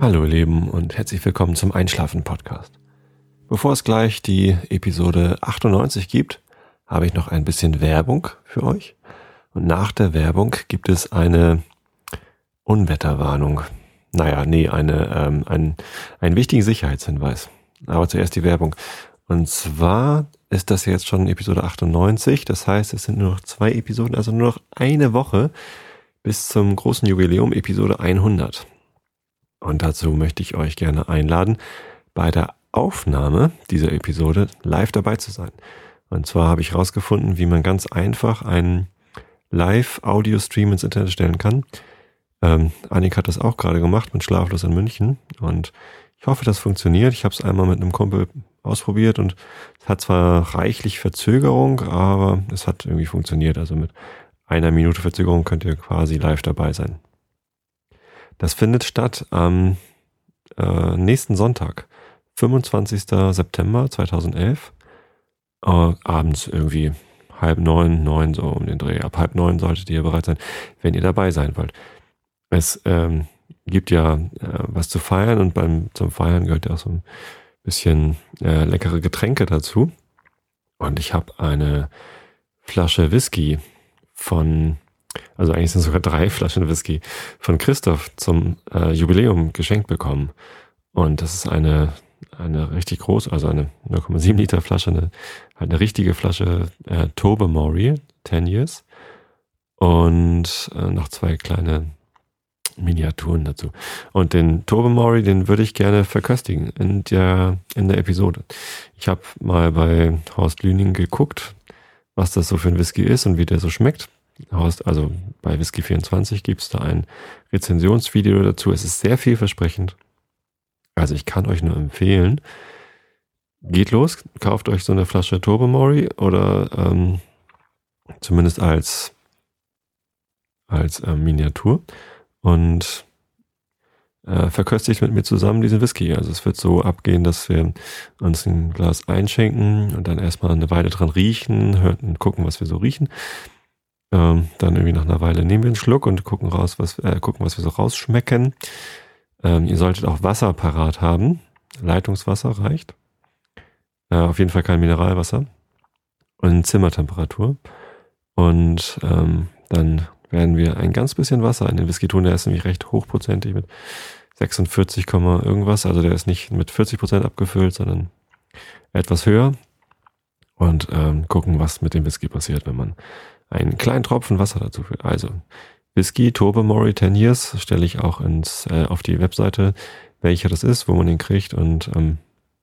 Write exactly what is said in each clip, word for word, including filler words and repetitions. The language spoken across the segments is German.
Hallo ihr Lieben und herzlich willkommen zum Einschlafen-Podcast. Bevor es gleich die Episode achtundneunzig gibt, habe ich noch ein bisschen Werbung für euch. Und nach der Werbung gibt es eine Unwetterwarnung. Naja, nee, eine, ähm, ein, einen wichtigen Sicherheitshinweis. Aber zuerst die Werbung. Und zwar ist das jetzt schon Episode achtundneunzig. Das heißt, es sind nur noch zwei Episoden, also nur noch eine Woche bis zum großen Jubiläum Episode hundert. Und dazu möchte ich euch gerne einladen, bei der Aufnahme dieser Episode live dabei zu sein. Und zwar habe ich herausgefunden, wie man ganz einfach einen Live-Audio-Stream ins Internet stellen kann. Ähm, Annik hat das auch gerade gemacht mit Schlaflos in München. Und ich hoffe, das funktioniert. Ich habe es einmal mit einem Kumpel ausprobiert und es hat zwar reichlich Verzögerung, aber es hat irgendwie funktioniert. Also mit einer Minute Verzögerung könnt ihr quasi live dabei sein. Das findet statt am äh, nächsten Sonntag, fünfundzwanzigsten September zweitausendelf, äh, abends irgendwie halb neun, neun, so um den Dreh. Ab halb neun solltet ihr bereit sein, wenn ihr dabei sein wollt. Es ähm, gibt ja äh, was zu feiern und beim zum Feiern gehört ja auch so ein bisschen äh, leckere Getränke dazu. Und ich habe eine Flasche Whisky von... Also eigentlich sind sogar drei Flaschen Whisky von Christoph zum äh, Jubiläum geschenkt bekommen. Und das ist eine eine richtig große, also eine null Komma sieben Liter Flasche, eine, halt eine richtige Flasche äh, Tobermory, zehn Years. Und äh, noch zwei kleine Miniaturen dazu. Und den Tobermory, den würde ich gerne verköstigen in der, in der Episode. Ich habe mal bei Horst Lüning geguckt, was das so für ein Whisky ist und wie der so schmeckt. Also bei Whisky vierundzwanzig gibt es da ein Rezensionsvideo dazu. Es ist sehr vielversprechend. Also ich kann euch nur empfehlen, geht los, kauft euch so eine Flasche Tobermory oder ähm, zumindest als, als äh, Miniatur und äh, verköstigt mit mir zusammen diesen Whisky. Also es wird so abgehen, dass wir uns ein Glas einschenken und dann erstmal eine Weile dran riechen, hören und gucken, was wir so riechen. Ähm, dann irgendwie nach einer Weile nehmen wir einen Schluck und gucken raus, was, äh, gucken, was wir so rausschmecken. Ähm, ihr solltet auch Wasser parat haben. Leitungswasser reicht. Äh, auf jeden Fall kein Mineralwasser. Und Zimmertemperatur. Und ähm, dann werden wir ein ganz bisschen Wasser in den Whisky tun. Der ist nämlich recht hochprozentig mit sechsundvierzig, irgendwas. Also der ist nicht mit vierzig Prozent abgefüllt, sondern etwas höher. Und ähm, gucken, was mit dem Whisky passiert, wenn man einen kleinen Tropfen Wasser dazu füllt. Also Whisky Tobermory zehn Years stelle ich auch ins äh, auf die Webseite, welcher das ist, wo man den kriegt und ähm,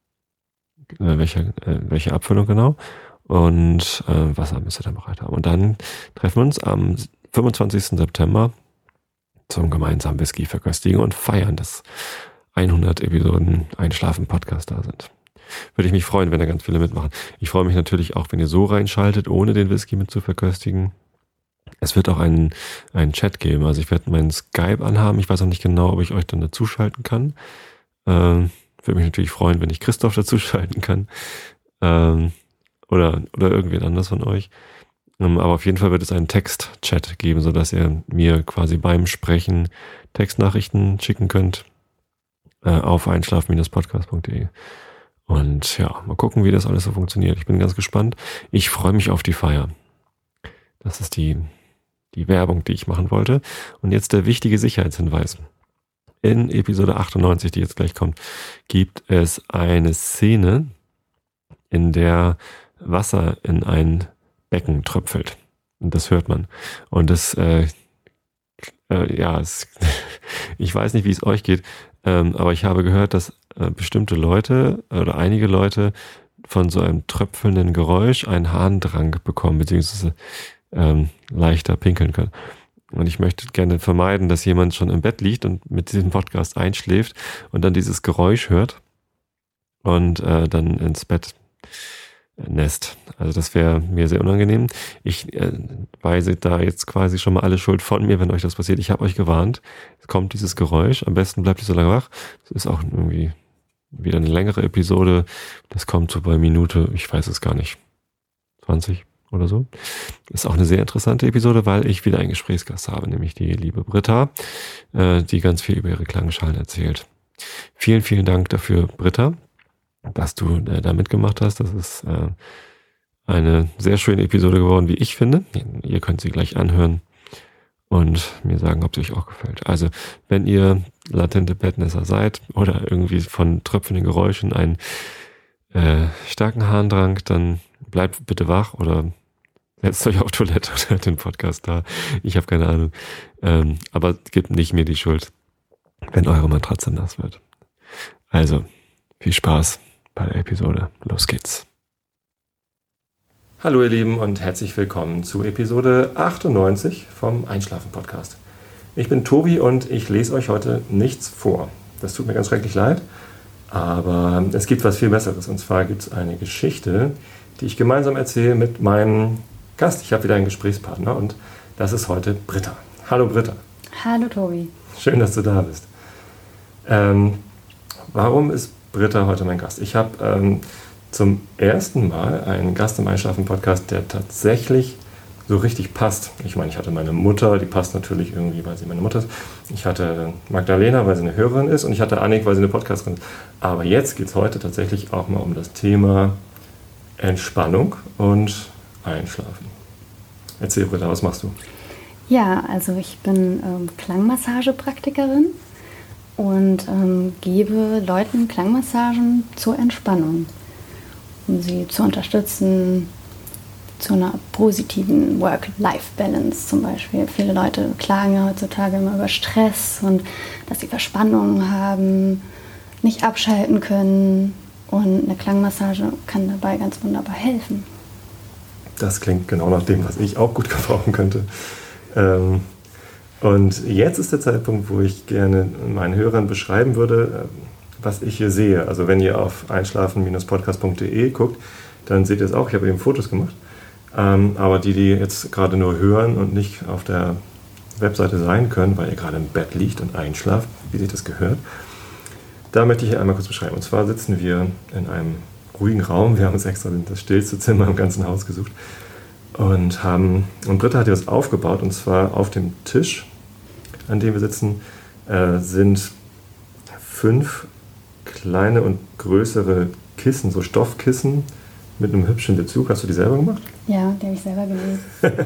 äh, welche, äh, welche Abfüllung genau. Und äh, Wasser müsst ihr dann bereit haben. Und dann treffen wir uns am fünfundzwanzigsten September zum gemeinsamen Whisky verköstigen und feiern, dass hundert Episoden Einschlafen-Podcast da sind. Würde ich mich freuen, wenn da ganz viele mitmachen. Ich freue mich natürlich auch, wenn ihr so reinschaltet, ohne den Whisky mit zu verköstigen. Es wird auch einen, einen Chat geben. Also ich werde meinen Skype anhaben. Ich weiß auch nicht genau, ob ich euch dann dazuschalten kann. Ähm, würde mich natürlich freuen, wenn ich Christoph dazuschalten kann. Ähm, oder, oder irgendwen anders von euch. Ähm, aber auf jeden Fall wird es einen Text-Chat geben, sodass ihr mir quasi beim Sprechen Textnachrichten schicken könnt äh, auf einschlafen podcast punkt de. Und ja, mal gucken, wie das alles so funktioniert. Ich bin ganz gespannt. Ich freue mich auf die Feier. Das ist die, die Werbung, die ich machen wollte. Und jetzt der wichtige Sicherheitshinweis. In Episode achtundneunzig, die jetzt gleich kommt, gibt es eine Szene, in der Wasser in ein Becken tröpfelt. Und das hört man. Und das, äh, äh, ja, es, ich weiß nicht, wie es euch geht, ähm, aber ich habe gehört, dass äh, bestimmte Leute oder einige Leute von so einem tröpfelnden Geräusch einen Harndrang bekommen, beziehungsweise ähm, leichter pinkeln können. Und ich möchte gerne vermeiden, dass jemand schon im Bett liegt und mit diesem Podcast einschläft und dann dieses Geräusch hört und äh, dann ins Bett nässt. Also das wäre mir sehr unangenehm. Ich äh, weise da jetzt quasi schon mal alle Schuld von mir, wenn euch das passiert. Ich habe euch gewarnt. Es kommt dieses Geräusch. Am besten bleibt ihr so lange wach. Das ist auch irgendwie wieder eine längere Episode. Das kommt so bei Minute, ich weiß es gar nicht, zwanzig oder so. Ist auch eine sehr interessante Episode, weil ich wieder einen Gesprächsgast habe, nämlich die liebe Britta, äh, die ganz viel über ihre Klangschalen erzählt. Vielen, vielen Dank dafür, Britta, dass du äh, da mitgemacht hast. Das ist äh, eine sehr schöne Episode geworden, wie ich finde. Ihr könnt sie gleich anhören und mir sagen, ob sie euch auch gefällt. Also, wenn ihr latente Bettnässer seid oder irgendwie von tröpfenden Geräuschen einen äh, starken Harndrang, dann bleibt bitte wach oder setzt euch auf Toilette oder hört den Podcast da. Ich habe keine Ahnung. Ähm, aber gebt nicht mir die Schuld, wenn eure Matratze nass wird. Also, viel Spaß bei der Episode. Los geht's. Hallo ihr Lieben und herzlich willkommen zu Episode achtundneunzig vom Einschlafen-Podcast. Ich bin Tobi und ich lese euch heute nichts vor. Das tut mir ganz schrecklich leid, aber es gibt was viel Besseres. Und zwar gibt es eine Geschichte, die ich gemeinsam erzähle mit meinem Gast. Ich habe wieder einen Gesprächspartner und das ist heute Britta. Hallo Britta. Hallo Tobi. Schön, dass du da bist. Ähm, warum ist Britta heute mein Gast? Ich habe ähm, zum ersten Mal einen Gast im Einschlafen-Podcast, der tatsächlich so richtig passt. Ich meine, ich hatte meine Mutter, die passt natürlich irgendwie, weil sie meine Mutter ist. Ich hatte Magdalena, weil sie eine Hörerin ist, und ich hatte Annik, weil sie eine Podcasterin ist. Aber jetzt geht es heute tatsächlich auch mal um das Thema Entspannung und Einschlafen. Erzähl, Britta, was machst du? Ja, also ich bin ähm, Klangmassagepraktikerin und ähm, gebe Leuten Klangmassagen zur Entspannung, um sie zu unterstützen, zu einer positiven Work-Life-Balance zum Beispiel. Viele Leute klagen ja heutzutage immer über Stress und dass sie Verspannungen haben, nicht abschalten können, und eine Klangmassage kann dabei ganz wunderbar helfen. Das klingt genau nach dem, was ich auch gut gebrauchen könnte. Ähm, und jetzt ist der Zeitpunkt, wo ich gerne meinen Hörern beschreiben würde, was ich hier sehe. Also wenn ihr auf einschlafen Podcast punkt de guckt, dann seht ihr es auch. Ich habe eben Fotos gemacht. Ähm, aber die, die jetzt gerade nur hören und nicht auf der Webseite sein können, weil ihr gerade im Bett liegt und einschlaft, wie sich das gehört, da möchte ich hier einmal kurz beschreiben. Und zwar sitzen wir in einem ruhigen Raum. Wir haben uns extra das stillste Zimmer im ganzen Haus gesucht. Und, haben, und Britta hat hier was aufgebaut. Und zwar auf dem Tisch, an dem wir sitzen, äh, sind fünf kleine und größere Kissen, so Stoffkissen mit einem hübschen Bezug. Hast du die selber gemacht? Ja, die habe ich selber gelesen.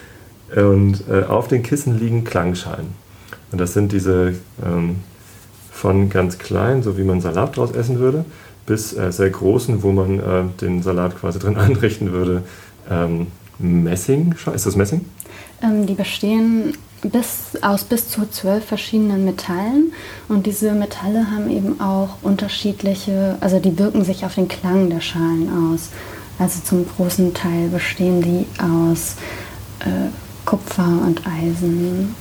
Und äh, auf den Kissen liegen Klangschalen. Und das sind diese ähm, von ganz klein, so wie man Salat draus essen würde, bis äh, sehr großen, wo man äh, den Salat quasi drin anrichten würde. Ähm, Messing, ist das Messing? Ähm, die bestehen bis, aus bis zu zwölf verschiedenen Metallen, und diese Metalle haben eben auch unterschiedliche, also die wirken sich auf den Klang der Schalen aus. Also zum großen Teil bestehen die aus äh, Kupfer und Eisen.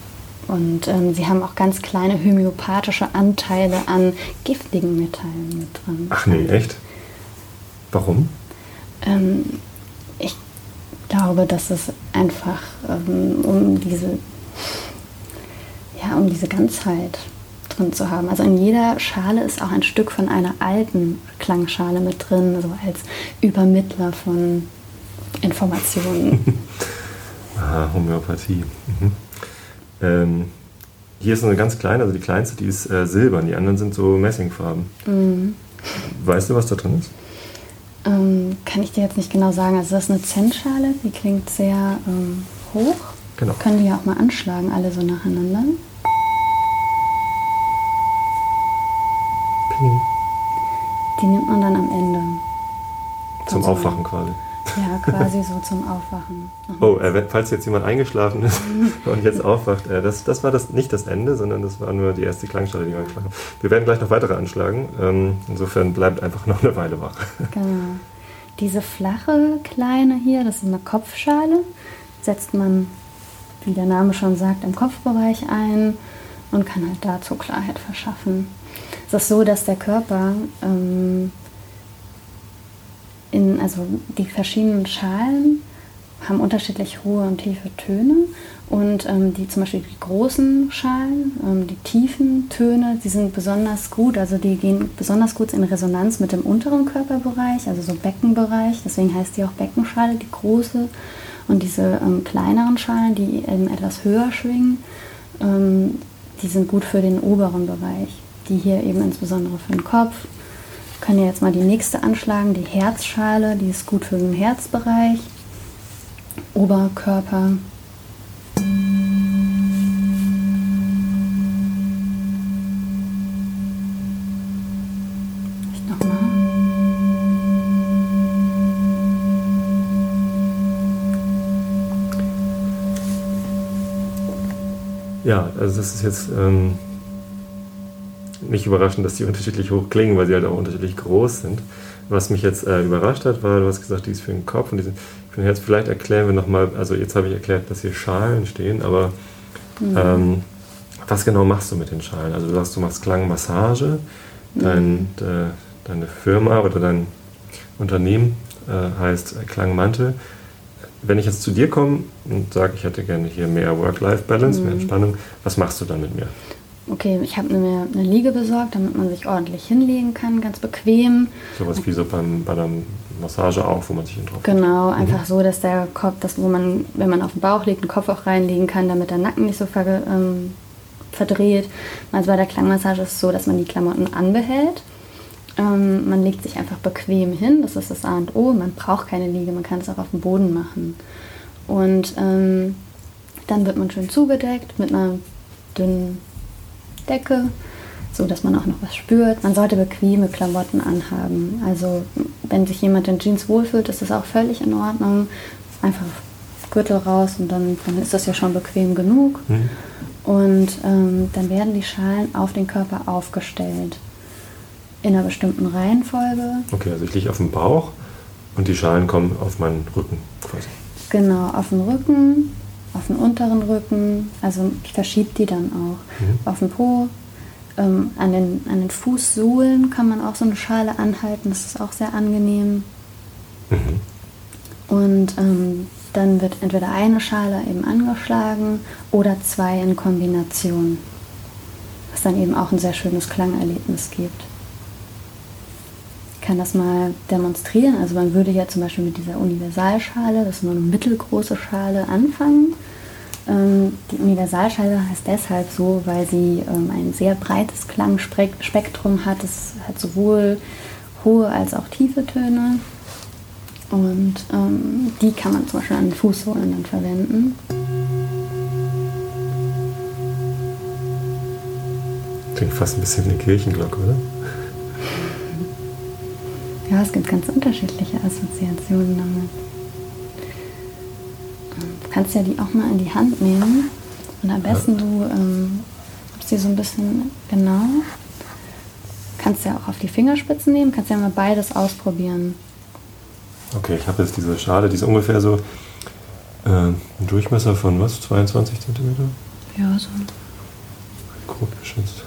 Und ähm, sie haben auch ganz kleine homöopathische Anteile an giftigen Metallen mit drin. Ach nee, echt? Warum? Ähm, ich glaube, dass es einfach ähm, um diese, ja, um diese Ganzheit drin zu haben. Also in jeder Schale ist auch ein Stück von einer alten Klangschale mit drin, so als Übermittler von Informationen. Aha, Homöopathie. Mhm. Ähm, hier ist eine ganz kleine, also die kleinste, die ist äh, silbern, die anderen sind so Messingfarben. Mhm. Weißt du, was da drin ist? Ähm, kann ich dir jetzt nicht genau sagen. Also das ist eine Zentschale, die klingt sehr ähm, hoch. Genau. Können die ja auch mal anschlagen, alle so nacheinander. Ping. Die nimmt man dann am Ende. Zum so Aufwachen quasi. Ja, quasi so zum Aufwachen. Oh, äh, falls jetzt jemand eingeschlafen ist und jetzt aufwacht, äh, das, das war das, nicht das Ende, sondern das war nur die erste Klangschale, die wir angeschlagen haben. Wir werden gleich noch weitere anschlagen. Ähm, insofern bleibt einfach noch eine Weile wach. Genau. Diese flache kleine hier, das ist eine Kopfschale, setzt man, wie der Name schon sagt, im Kopfbereich ein und kann halt dazu Klarheit verschaffen. Es ist so, dass der Körper ähm, in, also die verschiedenen Schalen haben unterschiedlich hohe und tiefe Töne, und ähm, die zum Beispiel die großen Schalen, ähm, die tiefen Töne, die sind besonders gut, also die gehen besonders gut in Resonanz mit dem unteren Körperbereich, also so Beckenbereich, deswegen heißt die auch Beckenschale, die große, und diese ähm, kleineren Schalen, die eben etwas höher schwingen, ähm, die sind gut für den oberen Bereich. die hier eben insbesondere für den Kopf. Wir können jetzt mal die nächste anschlagen, die Herzschale, die ist gut für den Herzbereich, Oberkörper. Ja, also das ist jetzt ähm, nicht überraschend, dass die unterschiedlich hoch klingen, weil sie halt auch unterschiedlich groß sind. Was mich jetzt äh, überrascht hat, war, du hast gesagt, die ist für den Kopf und die sind für den Herz. Vielleicht erklären wir nochmal, also jetzt habe ich erklärt, dass hier Schalen stehen, aber mhm. ähm, was genau machst du mit den Schalen? Also du sagst, du machst Klangmassage, mhm. dein, de, deine Firma oder dein Unternehmen äh, heißt Klangmantel. Wenn ich jetzt zu dir komme und sage, ich hätte gerne hier mehr Work-Life-Balance, mhm. mehr Entspannung, was machst du dann mit mir? Okay, ich habe mir eine Liege besorgt, damit man sich ordentlich hinlegen kann, ganz bequem. Sowas wie so beim, bei einer Massage auch, wo man sich hin drauf Genau, mhm. einfach so, dass der Kopf, dass, wo man, wenn man auf den Bauch legt, den Kopf auch reinlegen kann, damit der Nacken nicht so ver, ähm, verdreht. Also bei der Klangmassage ist es so, dass man die Klamotten anbehält. Ähm, man legt sich einfach bequem hin, das ist das A und O. Man braucht keine Liege, man kann es auch auf dem Boden machen. Und ähm, dann wird man schön zugedeckt mit einer dünnen Decke, so dass man auch noch was spürt. Man sollte bequeme Klamotten anhaben. Also wenn sich jemand in Jeans wohlfühlt, ist das auch völlig in Ordnung. Einfach Gürtel raus und dann, dann ist das ja schon bequem genug. Mhm. Und ähm, dann werden die Schalen auf den Körper aufgestellt. In einer bestimmten Reihenfolge. Okay, also ich liege auf dem Bauch und die Schalen kommen auf meinen Rücken quasi. Genau, auf den Rücken, auf den unteren Rücken, also ich verschiebe die dann auch. Mhm. Auf den Po, ähm, an, den, an den Fußsohlen kann man auch so eine Schale anhalten, das ist auch sehr angenehm. Mhm. Und ähm, dann wird entweder eine Schale eben angeschlagen oder zwei in Kombination, was dann eben auch ein sehr schönes Klangerlebnis gibt. Ich kann das mal demonstrieren. Also man würde ja zum Beispiel mit dieser Universalschale, das ist nur eine mittelgroße Schale, anfangen. Ähm, die Universalschale heißt deshalb so, weil sie ähm, ein sehr breites Klangspektrum hat. Es hat sowohl hohe als auch tiefe Töne. Und ähm, die kann man zum Beispiel an den Fußsohlen dann verwenden. Klingt fast ein bisschen wie eine Kirchenglocke, oder? Ja, es gibt ganz unterschiedliche Assoziationen damit. Du kannst ja die auch mal in die Hand nehmen und am besten ja. du ähm, gibst die so ein bisschen genau. Kannst ja auch auf die Fingerspitzen nehmen, kannst ja mal beides ausprobieren. Okay, ich habe jetzt diese Schale, die ist ungefähr so äh, ein Durchmesser von was? zweiundzwanzig Zentimeter? Ja, so. Grob geschätzt.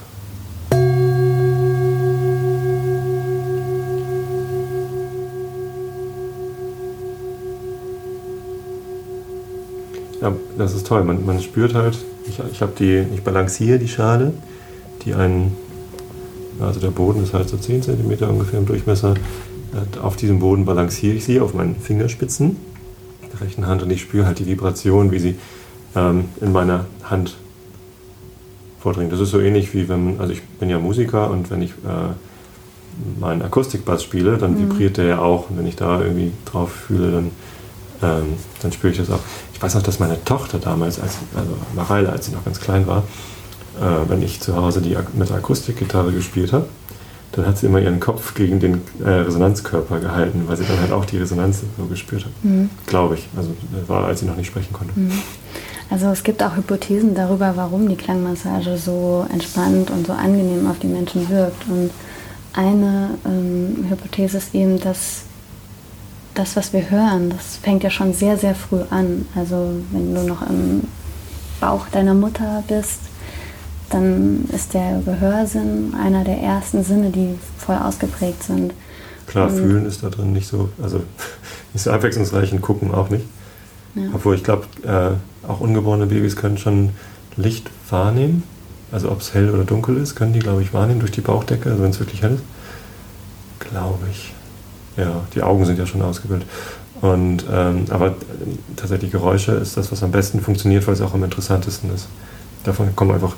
Ja, das ist toll. Man, man spürt halt, ich, ich habe die, ich balanciere die Schale, die einen, also der Boden ist halt so zehn Zentimeter ungefähr im Durchmesser. Auf diesem Boden balanciere ich sie auf meinen Fingerspitzen der rechten Hand und ich spüre halt die Vibration, wie sie ähm, in meiner Hand vordringt. Das ist so ähnlich wie wenn man, also ich bin ja Musiker und wenn ich äh, meinen Akustikbass spiele, dann mhm. vibriert der ja auch und wenn ich da irgendwie drauf fühle, dann Ähm, dann spüre ich das auch. Ich weiß noch, dass meine Tochter damals, als, also Mareile, als sie noch ganz klein war, äh, wenn ich zu Hause die mit der Akustikgitarre gespielt habe, dann hat sie immer ihren Kopf gegen den äh, Resonanzkörper gehalten, weil sie dann halt auch die Resonanz so gespürt hat. Mhm. Glaube ich. Also das war, als sie noch nicht sprechen konnte. Mhm. Also es gibt auch Hypothesen darüber, warum die Klangmassage so entspannt und so angenehm auf die Menschen wirkt. Und eine ähm, Hypothese ist eben, dass das, was wir hören, das fängt ja schon sehr, sehr früh an. Also wenn du noch im Bauch deiner Mutter bist, dann ist der Gehörsinn einer der ersten Sinne, die voll ausgeprägt sind. Klar, und fühlen ist da drin nicht so, also nicht so abwechslungsreich und gucken auch nicht. Ja. Obwohl ich glaube, äh, auch ungeborene Babys können schon Licht wahrnehmen. Also ob es hell oder dunkel ist, können die, glaube ich, wahrnehmen durch die Bauchdecke, also wenn es wirklich hell ist. Glaube ich. Ja, die Augen sind ja schon ausgebildet. Und, ähm, aber tatsächlich Geräusche ist das, was am besten funktioniert, weil es auch am interessantesten ist. Davon kommen einfach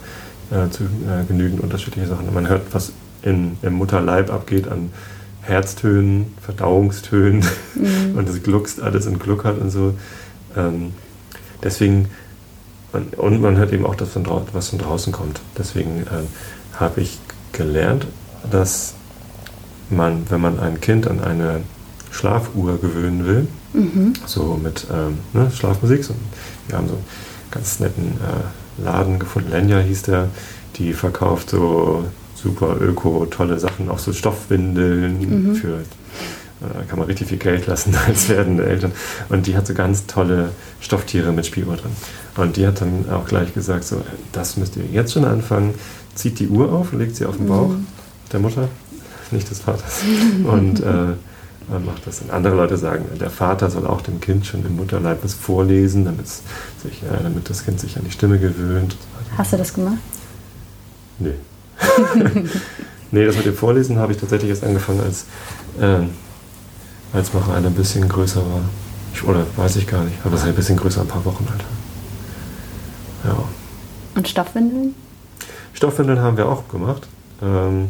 äh, zu äh, genügend unterschiedliche Sachen. Und man hört, was in, im Mutterleib abgeht an Herztönen, Verdauungstönen mhm. und es gluckst alles und gluckert und so. Ähm, deswegen, man, und man hört eben auch, dass von drau- was von draußen kommt. Deswegen äh, habe ich gelernt, dass man, wenn man ein Kind an eine Schlafuhr gewöhnen will, mhm. so mit ähm, ne, Schlafmusik, so, wir haben so einen ganz netten äh, Laden gefunden, Lenja hieß der, die verkauft so super öko, tolle Sachen, auch so Stoffwindeln mhm. für, äh, kann man richtig viel Geld lassen als werdende Eltern. Und die hat so ganz tolle Stofftiere mit Spieluhr drin. Und die hat dann auch gleich gesagt, so, das müsst ihr jetzt schon anfangen, zieht die Uhr auf und legt sie auf den Bauch mhm. der Mutter, nicht des Vaters. Und äh, man macht das. Und andere Leute sagen, der Vater soll auch dem Kind schon im Mutterleib was vorlesen, damit, sich, äh, damit das Kind sich an die Stimme gewöhnt. Hast du das gemacht? Nee. Nee, das mit dem Vorlesen habe ich tatsächlich erst angefangen, als, äh, als Mareile ein bisschen größer war. Ich, oder weiß ich gar nicht, aber es ist ein bisschen größer, ein paar Wochen alt. Ja. Und Stoffwindeln? Stoffwindeln haben wir auch gemacht. Ähm,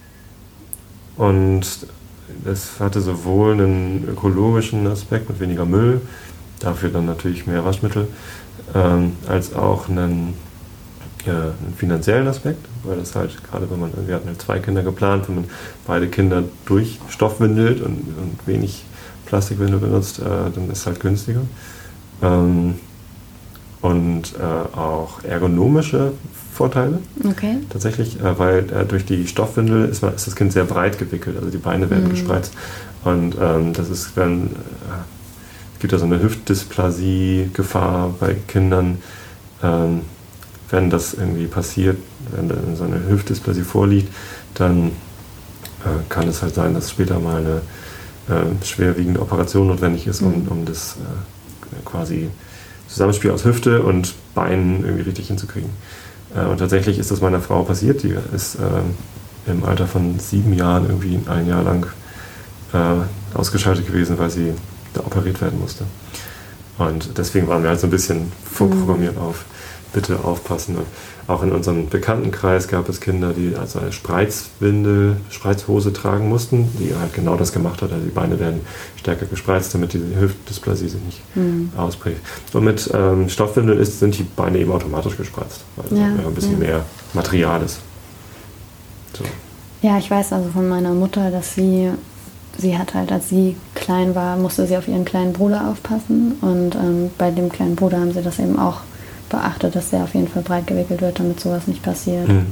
und das hatte sowohl einen ökologischen Aspekt mit weniger Müll, dafür dann natürlich mehr Waschmittel, ähm, als auch einen, ja, einen finanziellen Aspekt, weil das halt, gerade wenn man, wir hatten halt zwei Kinder geplant, wenn man beide Kinder durch Stoffwindelt und, und wenig Plastikwindel benutzt, äh, dann ist es halt günstiger. Ähm, und äh, auch ergonomische Vorteile. Okay. Tatsächlich, äh, weil äh, durch die Stoffwindel ist, ist das Kind sehr breit gewickelt, also die Beine werden mhm. gespreizt. Und ähm, das ist, wenn, äh, es gibt ja so eine Hüftdysplasie-Gefahr bei Kindern, ähm, wenn das irgendwie passiert, wenn da so eine Hüftdysplasie vorliegt, dann äh, kann es halt sein, dass später mal eine äh, schwerwiegende Operation notwendig ist, um, mhm. um das äh, quasi Zusammenspiel aus Hüfte und Beinen irgendwie richtig hinzukriegen. Äh, und tatsächlich ist das meiner Frau passiert. Die ist äh, im Alter von sieben Jahren irgendwie ein Jahr lang äh, ausgeschaltet gewesen, weil sie da operiert werden musste. Und deswegen waren wir halt so ein bisschen vorprogrammiert mhm. auf bitte aufpassen. Und auch in unserem Bekanntenkreis gab es Kinder, die also eine Spreizwindel, Spreizhose tragen mussten, die halt genau das gemacht hat. Also die Beine werden stärker gespreizt, damit diese Hüftdysplasie sich nicht mhm. ausprägt. Und mit ähm, Stoffwindeln ist, sind die Beine eben automatisch gespreizt, weil ja, ein bisschen ja. mehr Material ist. So. Ja, ich weiß also von meiner Mutter, dass sie, sie hat halt, als sie klein war, musste sie auf ihren kleinen Bruder aufpassen. Und ähm, bei dem kleinen Bruder haben sie das eben auch beachtet, dass der auf jeden Fall breit gewickelt wird, damit sowas nicht passiert. Mhm.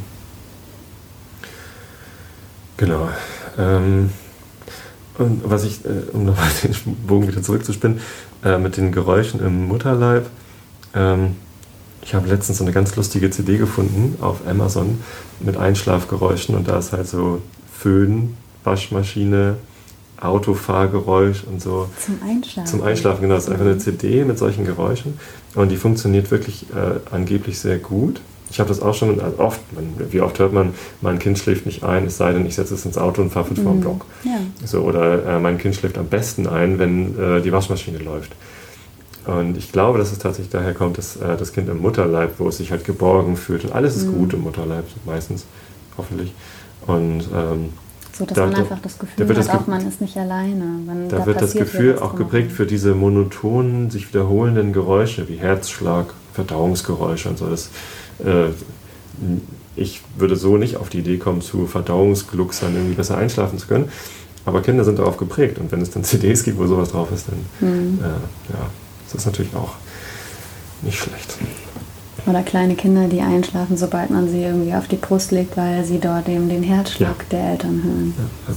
Genau. Ähm, und was ich, äh, um nochmal den Bogen wieder zurückzuspinnen, äh, mit den Geräuschen im Mutterleib. Ähm, ich habe letztens so eine ganz lustige C D gefunden auf Amazon mit Einschlafgeräuschen und da ist halt so Föhn, Waschmaschine, Autofahrgeräusch und so. Zum Einschlafen? Zum Einschlafen, genau. Das ist einfach eine C D mit solchen Geräuschen und die funktioniert wirklich äh, angeblich sehr gut. Ich habe das auch schon also oft, man, wie oft hört man, mein Kind schläft nicht ein, es sei denn, ich setze es ins Auto und fahre fünf Mal im Block. Ja. So, oder äh, mein Kind schläft am besten ein, wenn äh, die Waschmaschine läuft. Und ich glaube, dass es tatsächlich daher kommt, dass äh, das Kind im Mutterleib, wo es sich halt geborgen fühlt und alles ist mhm. gut im Mutterleib, meistens, hoffentlich. Und ähm, so, dass da, man einfach das Gefühl hat, das auch man ist nicht alleine. Man, da, da wird das Gefühl auch geprägt für diese monotonen, sich wiederholenden Geräusche, wie Herzschlag, Verdauungsgeräusche und so. Das, äh, ich würde so nicht auf die Idee kommen, zu Verdauungsglucksern irgendwie besser einschlafen zu können. Aber Kinder sind darauf geprägt. Und wenn es dann C Ds gibt, wo sowas drauf ist, dann mhm. äh, ja, das ist natürlich auch nicht schlecht. Oder kleine Kinder, die einschlafen, sobald man sie irgendwie auf die Brust legt, weil sie dort eben den Herzschlag ja. der Eltern hören.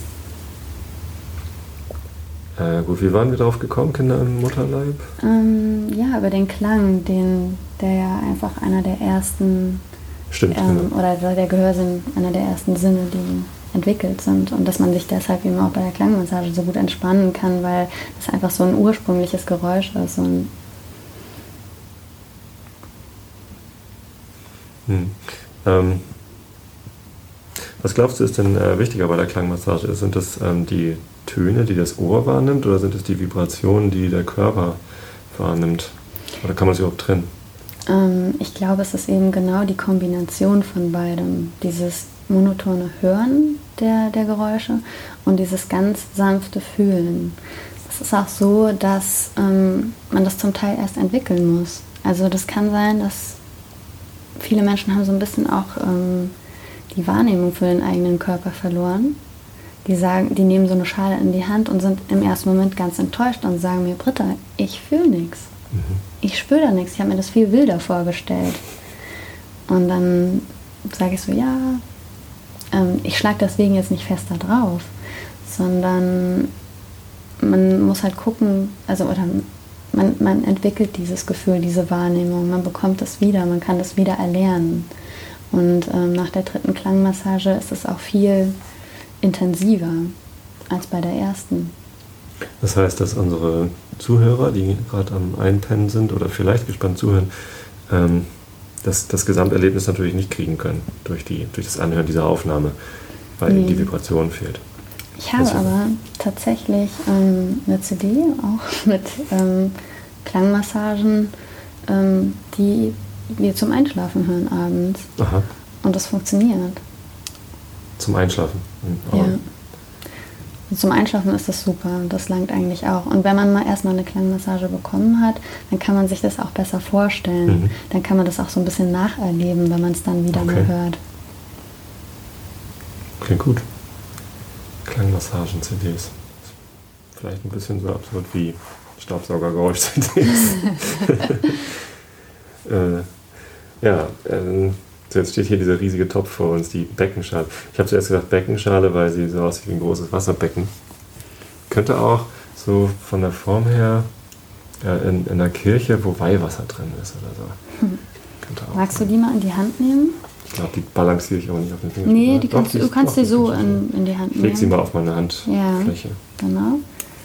Ja, ja. Äh, gut, wie waren wir darauf gekommen, Kinder im Mutterleib? Ähm, ja, über den Klang, den, der ja einfach einer der ersten, Stimmt, ähm, genau. oder der Gehörsinn, einer der ersten Sinne, die entwickelt sind. Und dass man sich deshalb eben auch bei der Klangmassage so gut entspannen kann, weil das einfach so ein ursprüngliches Geräusch ist. So ein Hm. Ähm, was glaubst du, ist denn äh, wichtiger bei der Klangmassage? Sind das ähm, die Töne, die das Ohr wahrnimmt, oder sind es die Vibrationen, die der Körper wahrnimmt? Oder kann man sie überhaupt trennen? Ähm, ich glaube, es ist eben genau die Kombination von beidem. Dieses monotone Hören der, der Geräusche und dieses ganz sanfte Fühlen. Es ist auch so, dass ähm, man das zum Teil erst entwickeln muss. Also das kann sein, dass viele Menschen haben so ein bisschen auch ähm, die Wahrnehmung für den eigenen Körper verloren. Die sagen, die nehmen so eine Schale in die Hand und sind im ersten Moment ganz enttäuscht und sagen mir, Britta, ich fühle nichts. Mhm. Ich spüre da nichts. Ich habe mir das viel wilder vorgestellt. Und dann sage ich so, ja, ähm, ich schlage deswegen jetzt nicht fest da drauf, sondern man muss halt gucken, also oder man, man entwickelt dieses Gefühl, diese Wahrnehmung, man bekommt es wieder, man kann das wieder erlernen. Und ähm, nach der dritten Klangmassage ist es auch viel intensiver als bei der ersten. Das heißt, dass unsere Zuhörer, die gerade am Einpennen sind oder vielleicht gespannt zuhören, ähm, das, das Gesamterlebnis natürlich nicht kriegen können durch, die, durch das Anhören dieser Aufnahme, weil nee. ihnen die Vibration fehlt. Ich habe also, aber tatsächlich ähm, eine C D auch mit ähm, Klangmassagen, ähm, die wir zum Einschlafen hören abends. Aha. Und das funktioniert. Zum Einschlafen? Mhm. Ja. Und zum Einschlafen ist das super. Das langt eigentlich auch. Und wenn man mal erstmal eine Klangmassage bekommen hat, dann kann man sich das auch besser vorstellen. Mhm. Dann kann man das auch so ein bisschen nacherleben, wenn man es dann wieder okay. mal hört. Klingt gut. Klangmassagen-C Ds. Vielleicht ein bisschen so absurd wie Staubsaugergeräusch-C Ds. äh, ja, äh, so jetzt steht hier dieser riesige Topf vor uns, die Beckenschale. Ich habe zuerst gesagt Beckenschale, weil sie so aussieht wie ein großes Wasserbecken. Könnte auch so von der Form her äh, in, in einer Kirche, wo Weihwasser drin ist oder so. Hm. Magst du die mal in die Hand nehmen? Ich glaube, die balanciere ich aber nicht auf den Finger. Nee, die kannst, doch, du kannst sie so in, in die Hand nehmen. Leg sie mal auf meine Handfläche. Ja, genau.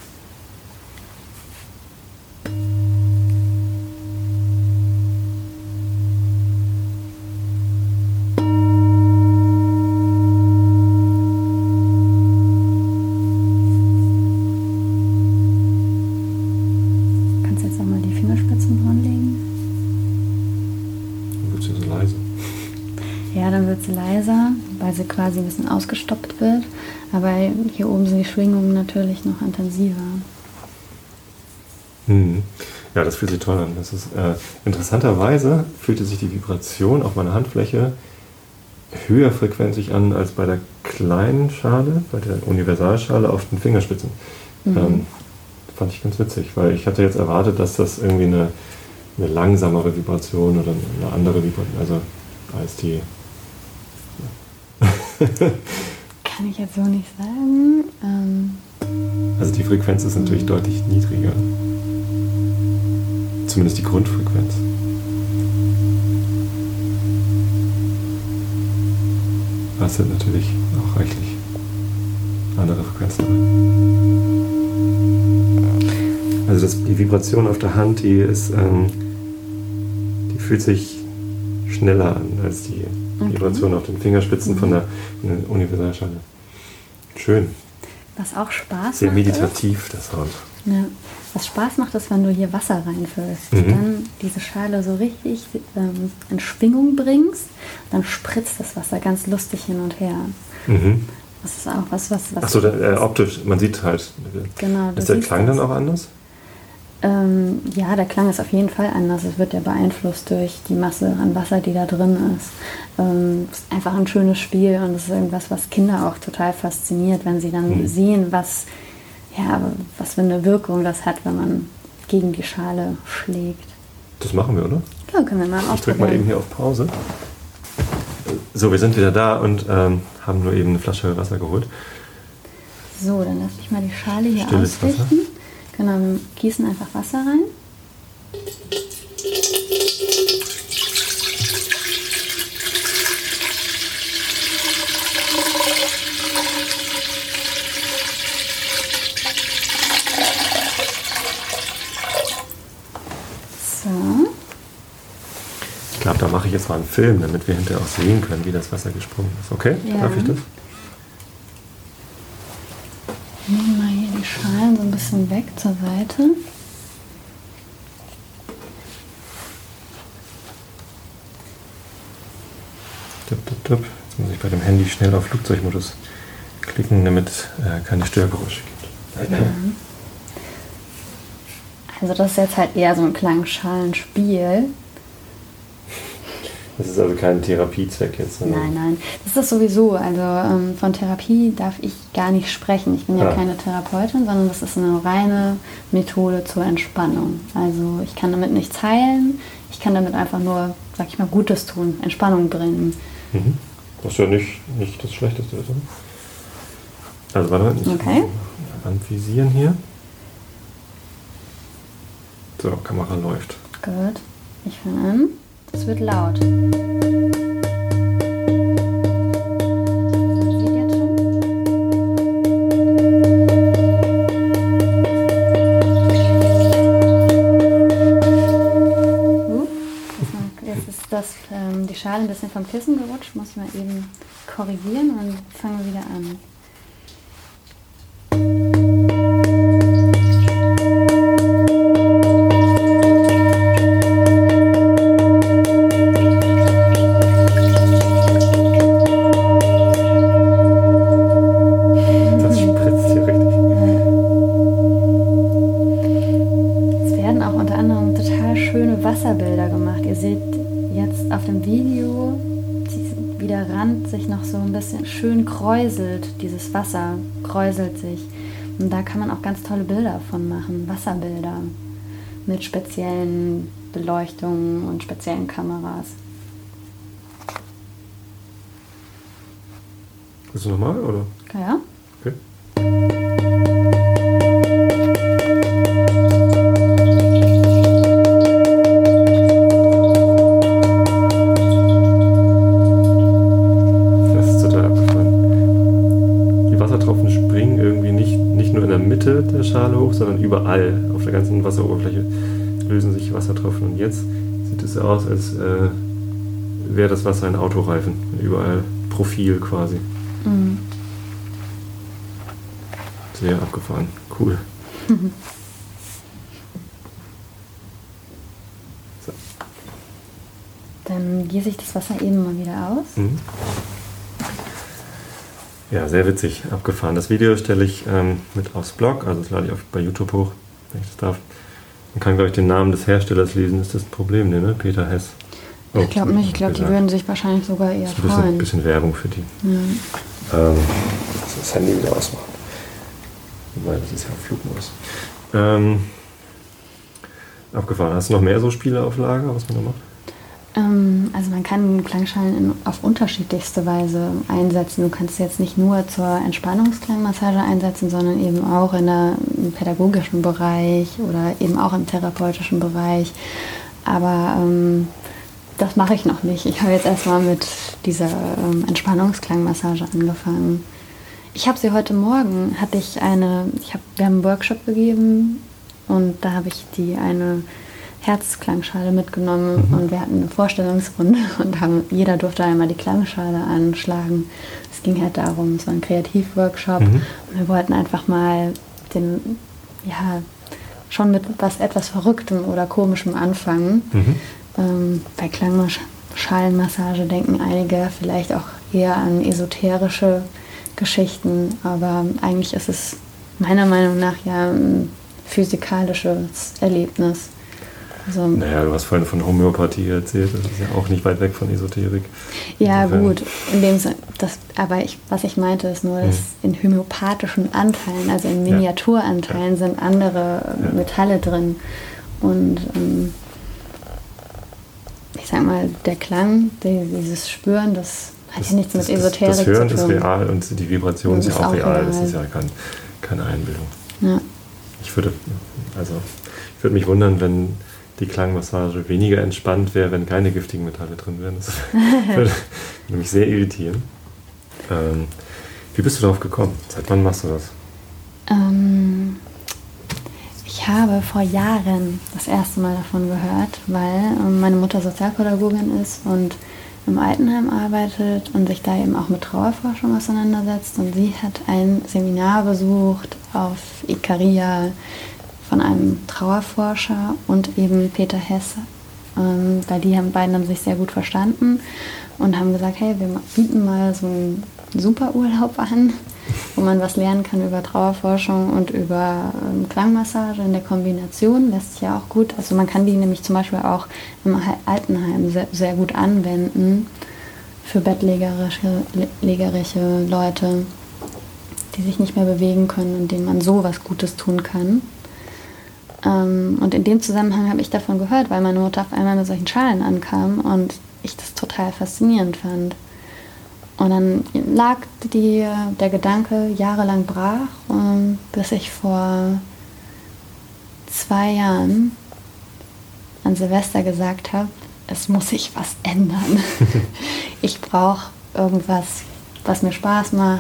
Kannst jetzt auch mal die Fingerspitzen dran legen. Dann wird sie so leise. Ja, dann wird sie leiser, weil sie quasi ein bisschen ausgestoppt wird. Aber hier oben sind die Schwingungen natürlich noch intensiver. Hm. Ja, das fühlt sich toll an. Das ist, äh, interessanterweise fühlte sich die Vibration auf meiner Handfläche höher frequenzig an als bei der kleinen Schale, bei der Universalschale auf den Fingerspitzen. Mhm. Ähm, fand ich ganz witzig, weil ich hatte jetzt erwartet, dass das irgendwie eine, eine langsamere Vibration oder eine andere Vibration, also als die... Kann ich jetzt so nicht sagen. Ähm also die Frequenz ist natürlich deutlich niedriger. Zumindest die Grundfrequenz. Das sind natürlich auch reichlich andere Frequenzen dabei. Also das, die Vibration auf der Hand, die ist, ähm, die fühlt sich schneller an als die okay. Vibration auf den Fingerspitzen mhm. von der, von der Universalschale. Schön. Was auch Spaß Sehr macht. Sehr meditativ, ist, der Sound. Ja. Was Spaß macht, ist, wenn du hier Wasser reinfüllst. Mhm. Dann diese Schale so richtig ähm, in Schwingung bringst, dann spritzt das Wasser ganz lustig hin und her. Mhm. Das ist auch was, was... was Achso, äh, optisch, man sieht halt. Genau. Ist der Klang das. Dann auch anders? Ähm, ja, der Klang ist auf jeden Fall anders. Es wird ja beeinflusst durch die Masse an Wasser, die da drin ist. Ähm, es ist einfach ein schönes Spiel und es ist irgendwas, was Kinder auch total fasziniert, wenn sie dann mhm. sehen, was, ja, was für eine Wirkung das hat, wenn man gegen die Schale schlägt. Das machen wir, oder? Ja, können wir mal ausprobieren. Ich drücke mal eben hier auf Pause. So, wir sind wieder da und ähm, haben nur eben eine Flasche Wasser geholt. So, dann lass mich mal die Schale hier Stilles ausrichten. Wasser. Genau, wir gießen einfach Wasser rein. So. Ich glaube, da mache ich jetzt mal einen Film, damit wir hinterher auch sehen können, wie das Wasser gesprungen ist. Okay? Ja. Darf ich das? Nehmen wir hier die Schalen so ein bisschen weg zur Seite. Tipp, tipp, tipp. Jetzt muss ich bei dem Handy schnell auf Flugzeugmodus klicken, damit äh, keine Störgeräusche gibt. Mhm. Also das ist jetzt halt eher so ein Klangschalenspiel. Das ist also kein Therapiezweck jetzt? Nein, nein. Das ist sowieso, also ähm, von Therapie darf ich gar nicht sprechen. Ich bin ja ah. keine Therapeutin, sondern das ist eine reine Methode zur Entspannung. Also ich kann damit nichts heilen, ich kann damit einfach nur, sag ich mal, Gutes tun, Entspannung bringen. Mhm. Das ist ja nicht, nicht das Schlechteste, oder? Also warte mal, ich okay. Anvisieren hier. So, Kamera läuft. Gut, ich fange an. Es wird laut. Jetzt ist das, ähm, die Schale ein bisschen vom Kissen gerutscht. Muss ich mal eben korrigieren und dann fangen wir wieder an. Wasserbilder gemacht. Ihr seht jetzt auf dem Video, wie der Rand sich noch so ein bisschen schön kräuselt. Dieses Wasser kräuselt sich. Und da kann man auch ganz tolle Bilder von machen. Wasserbilder mit speziellen Beleuchtungen und speziellen Kameras. Willst du nochmal, oder? Ja. Okay. Der Schale hoch, sondern überall auf der ganzen Wasseroberfläche lösen sich Wassertropfen. Und jetzt sieht es aus, als äh, wäre das Wasser ein Autoreifen. Überall Profil quasi. Mhm. Sehr abgefahren. Cool. Mhm. So. Dann gieße ich das Wasser eben mal wieder aus. Mhm. Ja, sehr witzig, abgefahren. Das Video stelle ich ähm, mit aufs Blog, also das lade ich auch bei YouTube hoch, wenn ich das darf. Man kann, glaube ich, den Namen des Herstellers lesen. Ist das ein Problem, ne? Peter Hess. Oh, ich glaube nicht, ich glaube, die würden sich wahrscheinlich sogar eher das ist ein bisschen, freuen. Ein bisschen Werbung für die. Ja. Ähm, das Handy wieder ausmachen. Weil das ist ja auf Flugmodus. Ähm, abgefahren. Hast du noch mehr so Spiele auf Lager, was man da macht? Also man kann Klangschalen in, auf unterschiedlichste Weise einsetzen. Du kannst sie jetzt nicht nur zur Entspannungsklangmassage einsetzen, sondern eben auch in der, im pädagogischen Bereich oder eben auch im therapeutischen Bereich. Aber ähm, das mache ich noch nicht. Ich habe jetzt erstmal mit dieser ähm, Entspannungsklangmassage angefangen. Ich habe sie heute Morgen, hatte ich eine, ich hab, wir haben einen Workshop gegeben und da habe ich die eine Herzklangschale mitgenommen mhm. und wir hatten eine Vorstellungsrunde und haben, jeder durfte einmal die Klangschale anschlagen. Es ging halt darum, es war ein Kreativworkshop mhm. und wir wollten einfach mal den, ja, schon mit was etwas Verrücktem oder Komischem anfangen. Mhm. Ähm, bei Klangschalenmassage denken einige vielleicht auch eher an esoterische Geschichten, aber eigentlich ist es meiner Meinung nach ja ein physikalisches Erlebnis. Also, naja, du hast vorhin von Homöopathie erzählt, das ist ja auch nicht weit weg von Esoterik. Ja, insofern. Gut, in dem Sinne, das, aber ich, was ich meinte, ist nur, dass hm. in homöopathischen Anteilen, also in Miniaturanteilen, ja. sind andere ja. Metalle drin. Und ähm, ich sag mal, der Klang, die, dieses Spüren, das hat das, ja nichts das, mit Esoterik zu tun. Das Hören ist real und die Vibration ist ja auch, auch real. real. Das ist ja kein, keine Einbildung. Ja. Ich würde, also, ich würde mich wundern, wenn die Klangmassage weniger entspannt wäre, wenn keine giftigen Metalle drin wären. Das würde mich sehr irritieren. Ähm, wie bist du darauf gekommen? Seit wann machst du das? Ähm, ich habe vor Jahren das erste Mal davon gehört, weil meine Mutter Sozialpädagogin ist und im Altenheim arbeitet und sich da eben auch mit Trauerforschung auseinandersetzt. Und sie hat ein Seminar besucht auf Ikaria von einem Trauerforscher und eben Peter Hess ähm, weil die haben, beiden haben sich sehr gut verstanden und haben gesagt, hey, wir bieten mal so einen Superurlaub an, wo man was lernen kann über Trauerforschung und über ähm, Klangmassage in der Kombination. Lässt sich ja auch gut, also man kann die nämlich zum Beispiel auch im Altenheim sehr, sehr gut anwenden für bettlägerische lägerische Leute, die sich nicht mehr bewegen können und denen man so was Gutes tun kann. Ähm, und in dem Zusammenhang habe ich davon gehört, weil meine Mutter auf einmal mit solchen Schalen ankam und ich das total faszinierend fand. Und dann lag die, der Gedanke jahrelang brach, ähm, bis ich vor zwei Jahren an Silvester gesagt habe, es muss sich was ändern. Ich brauche irgendwas, was mir Spaß macht.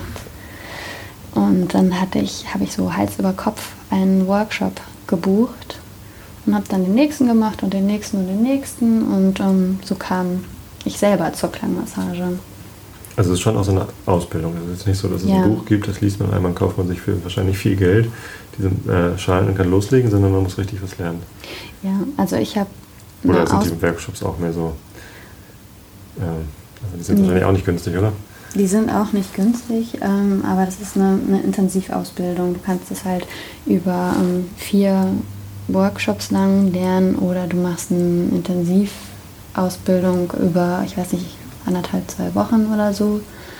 Und dann hatte ich, habe ich so Hals über Kopf einen Workshop gebucht und habe dann den nächsten gemacht und den nächsten und den nächsten. Und ähm, so kam ich selber zur Klangmassage. Also es ist schon auch so eine Ausbildung. Also es ist nicht so, dass es ja. ein Buch gibt, das liest man einmal, kauft man sich für wahrscheinlich viel Geld, diese äh, Schalen und kann loslegen, sondern man muss richtig was lernen. Ja, also ich habe... Oder sind die Workshops auch mehr so... Äh, also die sind nee. wahrscheinlich auch nicht günstig, oder? Die sind auch nicht günstig, ähm, aber das ist eine, eine Intensivausbildung. Du kannst es halt über ähm, vier Workshops lang lernen oder du machst eine Intensivausbildung über, ich weiß nicht, anderthalb, zwei Wochen oder so.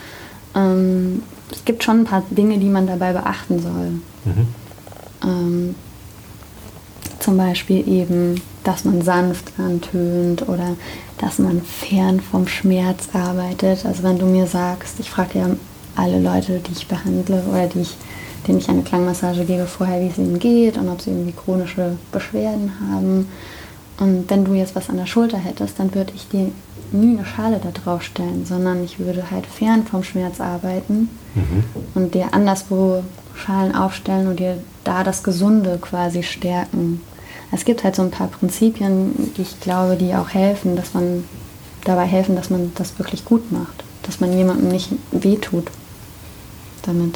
Ähm, es gibt schon ein paar Dinge, die man dabei beachten soll. Mhm. Ähm, zum Beispiel eben, dass man sanft antönt oder dass man fern vom Schmerz arbeitet. Also wenn du mir sagst, ich frage ja alle Leute, die ich behandle oder die ich, denen ich eine Klangmassage gebe, vorher, wie es ihnen geht und ob sie irgendwie chronische Beschwerden haben. Und wenn du jetzt was an der Schulter hättest, dann würde ich dir nie eine Schale da drauf stellen, sondern ich würde halt fern vom Schmerz arbeiten mhm. und dir anderswo Schalen aufstellen und dir da das Gesunde quasi stärken. Es gibt halt so ein paar Prinzipien, die ich glaube, die auch helfen, dass man dabei helfen, dass man das wirklich gut macht, dass man jemandem nicht wehtut damit.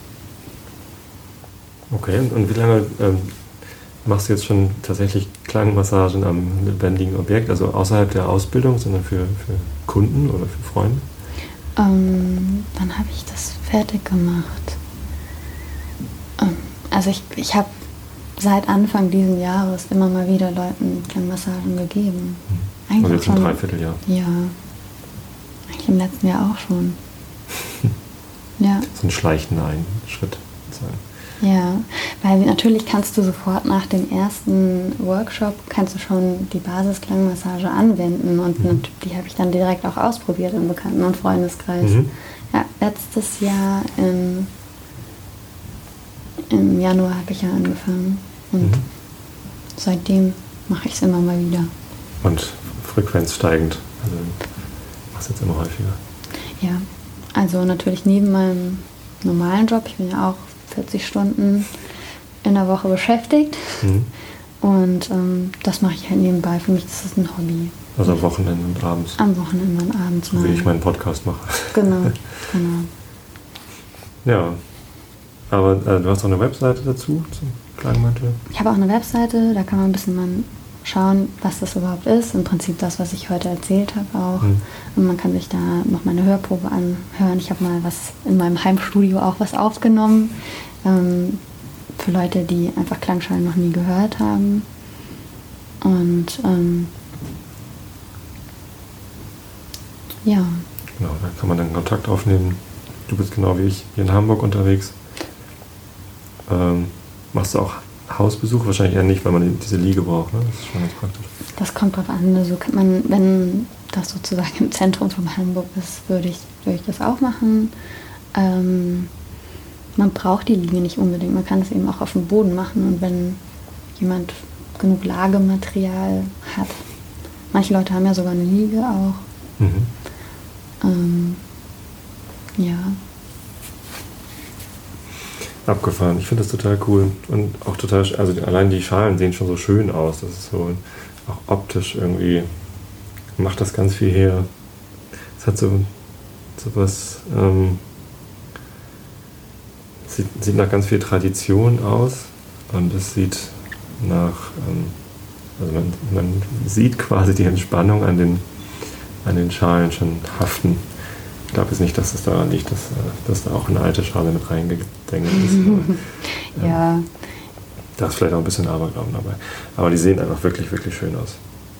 Okay, und wie lange ähm, machst du jetzt schon tatsächlich Klangmassagen am lebendigen Objekt, also außerhalb der Ausbildung, sondern für, für Kunden oder für Freunde? Ähm, wann habe ich das fertig gemacht? Ähm, also ich, ich habe seit Anfang dieses Jahres immer mal wieder Leuten Klangmassagen gegeben. Eigentlich und jetzt schon, ein Dreivierteljahr? Ja, eigentlich im letzten Jahr auch schon. Ja. So ein schleichender Schritt. Sozusagen. Ja, weil natürlich kannst du sofort nach dem ersten Workshop kannst du schon die Basisklangmassage anwenden und mhm. die habe ich dann direkt auch ausprobiert im Bekannten- und Freundeskreis. Mhm. Ja, letztes Jahr im, im Januar habe ich ja angefangen und mhm. seitdem mache ich es immer mal wieder. Und Frequenz steigend, also machst du jetzt immer häufiger? Ja, also natürlich neben meinem normalen Job, ich bin ja auch vierzig Stunden in der Woche beschäftigt mhm. und ähm, das mache ich halt nebenbei. Für mich ist das ein Hobby. Also am Wochenende und abends? Am Wochenende und abends. So wie ich meinen Podcast mache. Genau, genau. Ja, aber äh, du hast auch eine Webseite dazu zum Klangmantel? Ich habe auch eine Webseite, da kann man ein bisschen mal schauen, was das überhaupt ist. Im Prinzip das, was ich heute erzählt habe auch. Mhm. Und man kann sich da noch mal eine Hörprobe anhören. Ich habe mal was in meinem Heimstudio auch was aufgenommen. Ähm, für Leute, die einfach Klangschalen noch nie gehört haben. Und ähm, ja. Genau, da kann man dann Kontakt aufnehmen. Du bist genau wie ich hier in Hamburg unterwegs. Ähm, machst du auch Hausbesuch? Wahrscheinlich eher nicht, weil man diese Liege braucht, ne? Das ist schon ganz praktisch. Das kommt drauf an. Also kann man, wenn das sozusagen im Zentrum von Hamburg ist, würde ich, würde ich das auch machen. Ähm, man braucht die Liege nicht unbedingt. Man kann es eben auch auf dem Boden machen. Und wenn jemand genug Lagematerial hat, manche Leute haben ja sogar eine Liege auch. Mhm. Ähm, ja. Abgefahren. Ich finde das total cool. Und auch total, also allein die Schalen sehen schon so schön aus. Das ist so, auch optisch irgendwie, macht das ganz viel her. Es hat so, so was, ähm, sieht, sieht nach ganz viel Tradition aus. Und es sieht nach, ähm, Also man, man sieht quasi die Entspannung an den, an den Schalen schon haften. Ich glaube jetzt nicht, dass es daran liegt, dass, dass da auch eine alte Schale mit reingedengelt ist. Aber, ja. Ähm, da ist vielleicht auch ein bisschen Aberglauben dabei. Aber die sehen einfach wirklich, wirklich schön aus.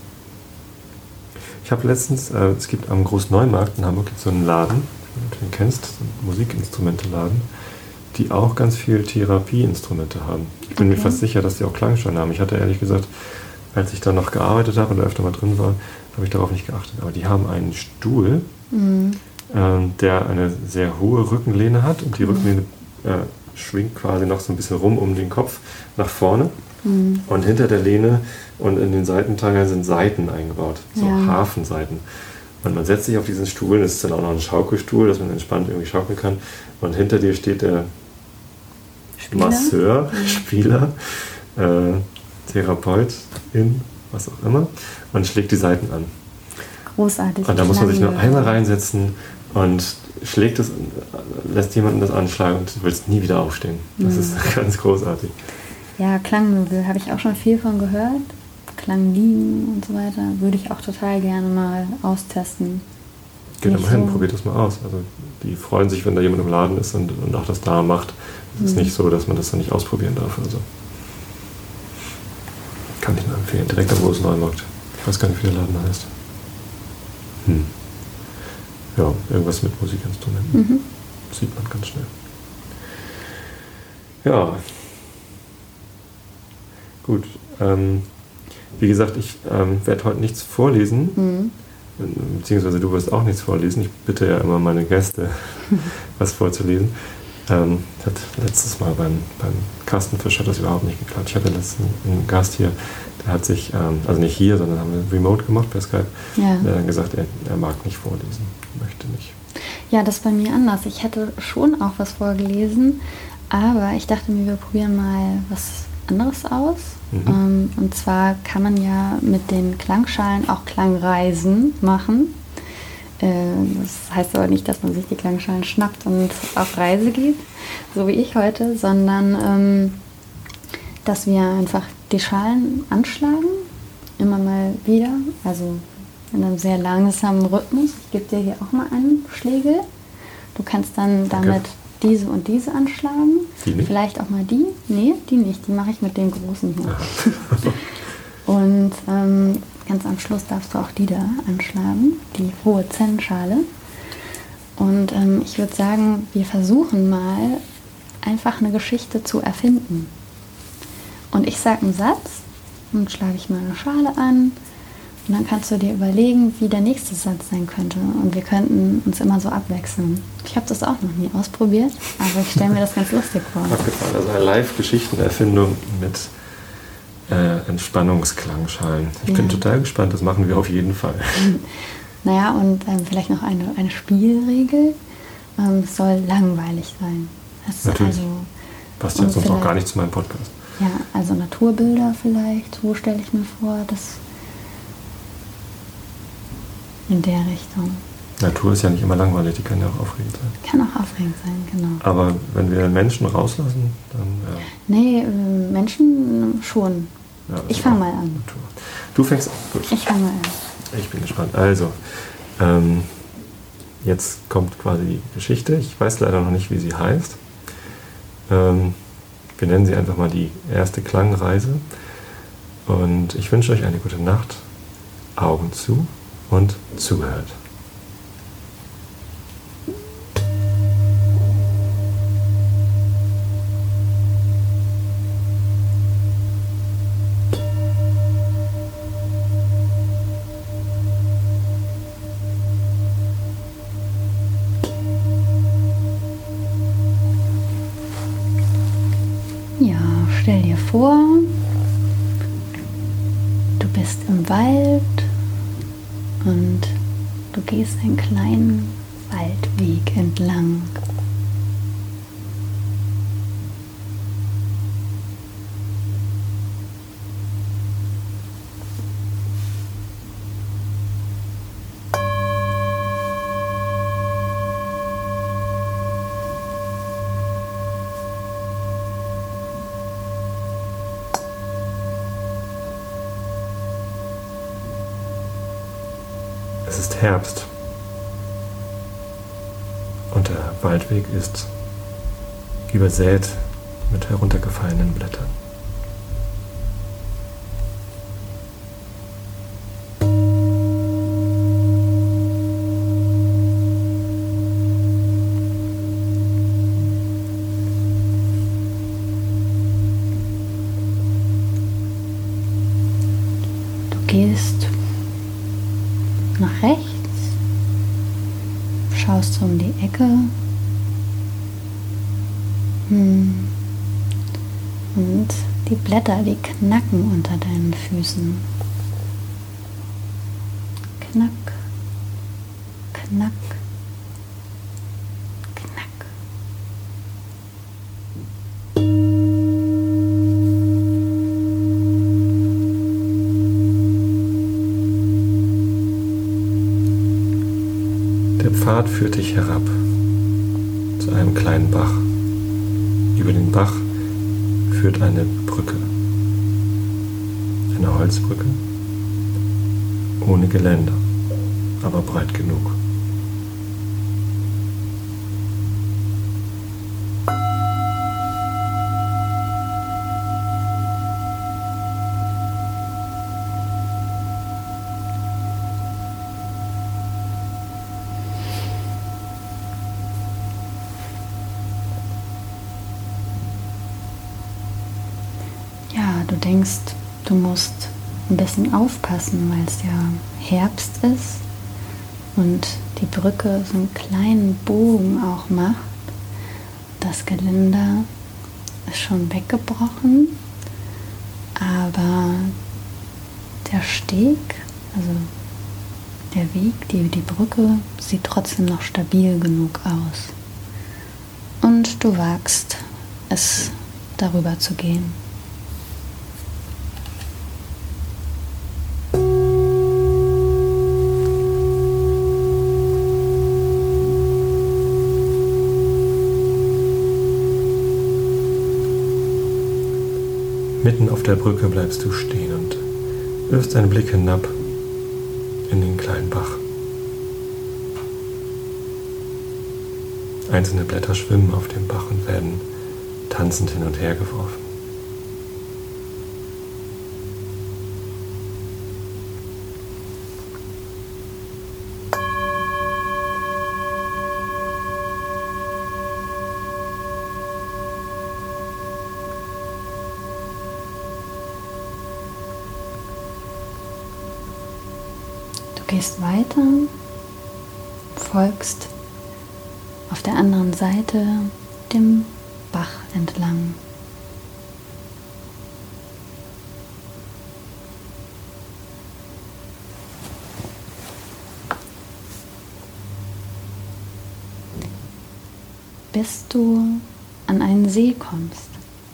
Ich habe letztens, äh, es gibt am Großneumarkt in Hamburg so einen Laden, wenn du den kennst, so einen Musikinstrumente-Laden, die auch ganz viel Therapieinstrumente haben. Ich bin okay. mir fast sicher, dass die auch Klangschalen haben. Ich hatte ehrlich gesagt, als ich da noch gearbeitet habe und öfter mal drin war, habe ich darauf nicht geachtet. Aber die haben einen Stuhl, mhm. äh, der eine sehr hohe Rückenlehne hat und die mhm. Rückenlehne äh, schwingt quasi noch so ein bisschen rum um den Kopf nach vorne. Mhm. Und hinter der Lehne und in den Seitenteilen sind Saiten eingebaut, so ja. Hafensaiten. Und man setzt sich auf diesen Stuhl, das ist dann auch noch ein Schaukelstuhl, dass man entspannt irgendwie schaukeln kann. Und hinter dir steht der Spieler? Masseur, mhm. Spieler, äh, Therapeutin, was auch immer, und schlägt die Saiten an. Großartig. Und da muss man sich nur einmal reinsetzen und schlägt es, lässt jemanden das anschlagen und du willst nie wieder aufstehen. Das mhm. ist ganz großartig. Ja, Klangmöbel habe ich auch schon viel von gehört. Klanglinien und so weiter. Würde ich auch total gerne mal austesten. Geht da mal hin, so. Probiert das mal aus. Also die freuen sich, wenn da jemand im Laden ist und, und auch das da macht. Es mhm. ist nicht so, dass man das dann nicht ausprobieren darf. Also kann ich nur empfehlen. Direkt am Großneumarkt. Ich weiß gar nicht, wie der Laden heißt. Hm. Ja, irgendwas mit Musikinstrumenten. Mhm. Sieht man ganz schnell. Ja. Gut. Ähm, wie gesagt, ich ähm, werde heute nichts vorlesen. Mhm. Beziehungsweise du wirst auch nichts vorlesen. Ich bitte ja immer meine Gäste, was vorzulesen. Ähm, hat letztes Mal beim, beim Carsten Fisch hat das überhaupt nicht geklappt. Ich hatte letztens einen Gast hier, der hat sich, ähm, also nicht hier, sondern haben wir remote gemacht per Skype, ja. der hat gesagt, er, er mag nicht vorlesen, möchte nicht. Ja, das ist bei mir anders. Ich hätte schon auch was vorgelesen, aber ich dachte mir, wir probieren mal was anderes aus. Mhm. Ähm, und zwar kann man ja mit den Klangschalen auch Klangreisen machen. Äh, das heißt aber nicht, dass man sich die Klangschalen schnappt und auf Reise geht, so wie ich heute, sondern ähm, dass wir einfach die Schalen anschlagen, immer mal wieder, also in einem sehr langsamen Rhythmus. Ich gebe dir hier auch mal einen Schlägel. Du kannst dann damit okay. diese und diese anschlagen. Die nicht? Vielleicht auch mal die. Nee, die nicht. Die mache ich mit den großen hier. Und ähm, ganz am Schluss darfst du auch die da anschlagen, die hohe Zen-Schale. Und ähm, ich würde sagen, wir versuchen mal, einfach eine Geschichte zu erfinden. Und ich sage einen Satz, und schlage ich mal eine Schale an. Und dann kannst du dir überlegen, wie der nächste Satz sein könnte. Und wir könnten uns immer so abwechseln. Ich habe das auch noch nie ausprobiert, aber ich stelle mir das ganz lustig vor. Abgefahren. Also eine Live-Geschichtenerfindung mit äh, Entspannungsklangschalen. Ich ja. bin total gespannt, das machen wir auf jeden Fall. Naja, und ähm, vielleicht noch eine, eine Spielregel. Ähm, es soll langweilig sein. Das Natürlich. Also, passt ja sonst auch gar nicht zu meinem Podcast. Ja, also Naturbilder vielleicht. So stelle ich mir vor, dass in der Richtung. Natur ist ja nicht immer langweilig, die kann ja auch aufregend sein. Kann auch aufregend sein, genau. Aber wenn wir Menschen rauslassen, dann... Ja. Nee, äh, Menschen schon. Ja, ich fange mal an. Natur. Du fängst an, gut. Ich fange mal an. Ich bin gespannt. Also, ähm, jetzt kommt quasi die Geschichte. Ich weiß leider noch nicht, wie sie heißt. Ähm, wir nennen sie einfach mal die erste Klangreise. Und ich wünsche euch eine gute Nacht. Augen zu. Und zuhört. Ja, stell dir vor, du bist im Wald. Und du gehst einen kleinen Waldweg entlang. Es ist Herbst und der Waldweg ist übersät mit heruntergefallenen Blättern. Gehst nach rechts, schaust um die Ecke hm. und die Blätter, die knacken unter deinen Füßen. Knack, knack, knack. Der Pfad führt dich herab zu einem kleinen Bach. Über den Bach führt eine Brücke, eine Holzbrücke, ohne Geländer, aber breit genug. Du denkst, du musst ein bisschen aufpassen, weil es ja Herbst ist und die Brücke so einen kleinen Bogen auch macht. Das Geländer ist schon weggebrochen, aber der Steg, also der Weg, die, die Brücke, sieht trotzdem noch stabil genug aus. Und du wagst es, darüber zu gehen. Mitten auf der Brücke bleibst du stehen und wirfst einen Blick hinab in den kleinen Bach. Einzelne Blätter schwimmen auf dem Bach und werden tanzend hin und her geworfen. Du gehst weiter, folgst auf der anderen Seite dem Bach entlang. Bis du an einen See kommst.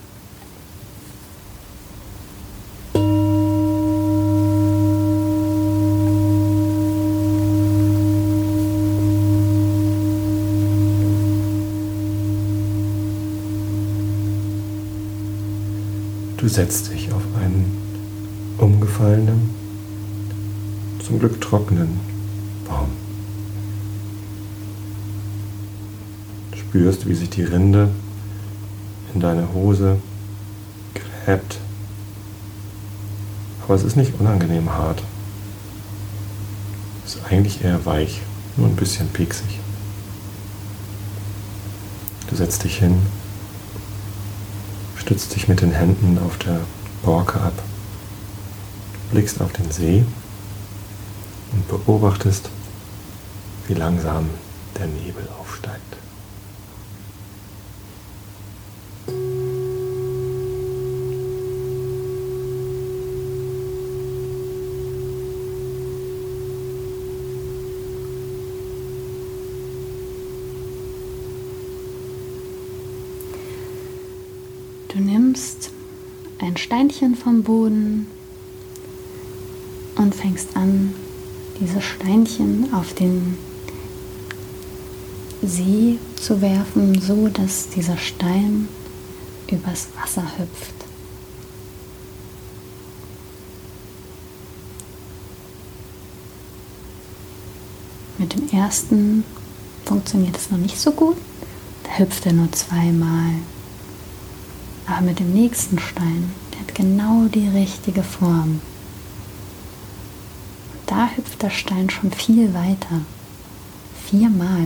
Du setzt dich auf einen umgefallenen, zum Glück trockenen Baum. Spürst, wie sich die Rinde in deine Hose gräbt. Aber es ist nicht unangenehm hart. Es ist eigentlich eher weich, nur ein bisschen pieksig. Du setzt dich hin, stützt dich mit den Händen auf der Borke ab, blickst auf den See und beobachtest, wie langsam der Nebel aufsteigt. Du nimmst ein Steinchen vom Boden und fängst an, diese Steinchen auf den See zu werfen, so dass dieser Stein übers Wasser hüpft. Mit dem ersten funktioniert es noch nicht so gut. Da hüpft er nur zweimal. Aber mit dem nächsten Stein, der hat genau die richtige Form. Und da hüpft der Stein schon viel weiter. Viermal.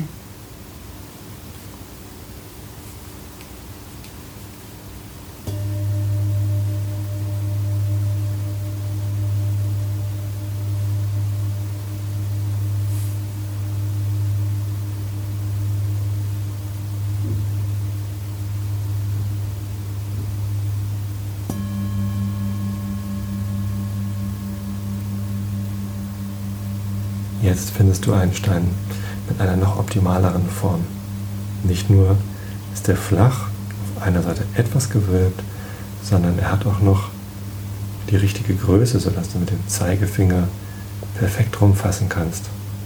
Jetzt findest du einen Stein mit einer noch optimaleren Form. Nicht nur ist er flach, auf einer Seite etwas gewölbt, sondern er hat auch noch die richtige Größe, sodass du mit dem Zeigefinger perfekt rumfassen kannst.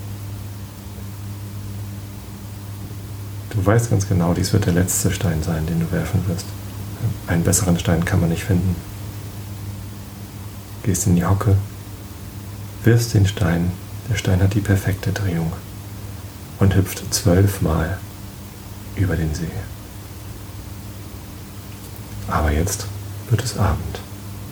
Du weißt ganz genau, dies wird der letzte Stein sein, den du werfen wirst. Einen besseren Stein kann man nicht finden. Gehst in die Hocke, wirfst den Stein. Der Stein hat die perfekte Drehung und hüpft zwölfmal über den See. Aber jetzt wird es Abend.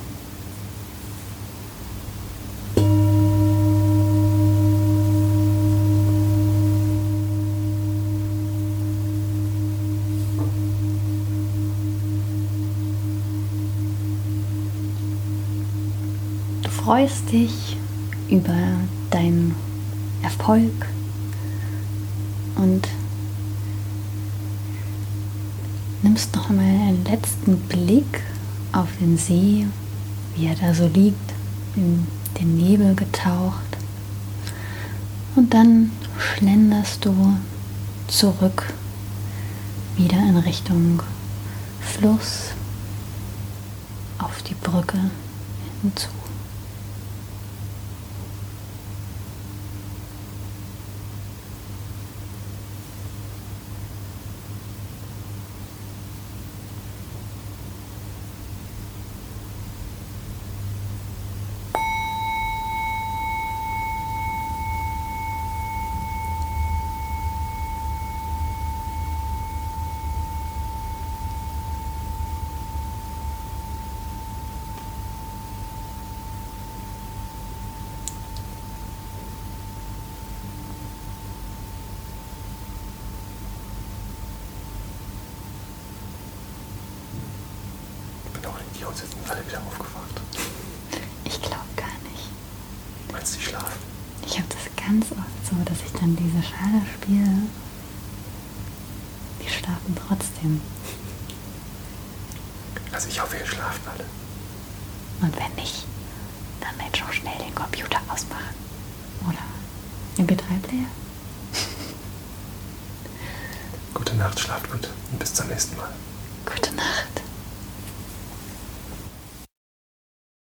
Du freust dich über deinen Erfolg und nimmst noch einmal einen letzten Blick auf den See, wie er da so liegt, in den Nebel getaucht. Und dann schlenderst du zurück, wieder in Richtung Fluss, auf die Brücke hinzu. Die uns jetzt alle wieder aufgewacht. Ich glaube gar nicht. Meinst du, die schlafen? Ich habe das ganz oft so, dass ich dann diese Schale spiele. Die schlafen trotzdem. Also ich hoffe, ihr schlaft alle. Und wenn nicht, dann jetzt schon schnell den Computer ausmachen. Oder M P drei Player. Gute Nacht, schlaft gut und bis zum nächsten Mal. Gute Nacht.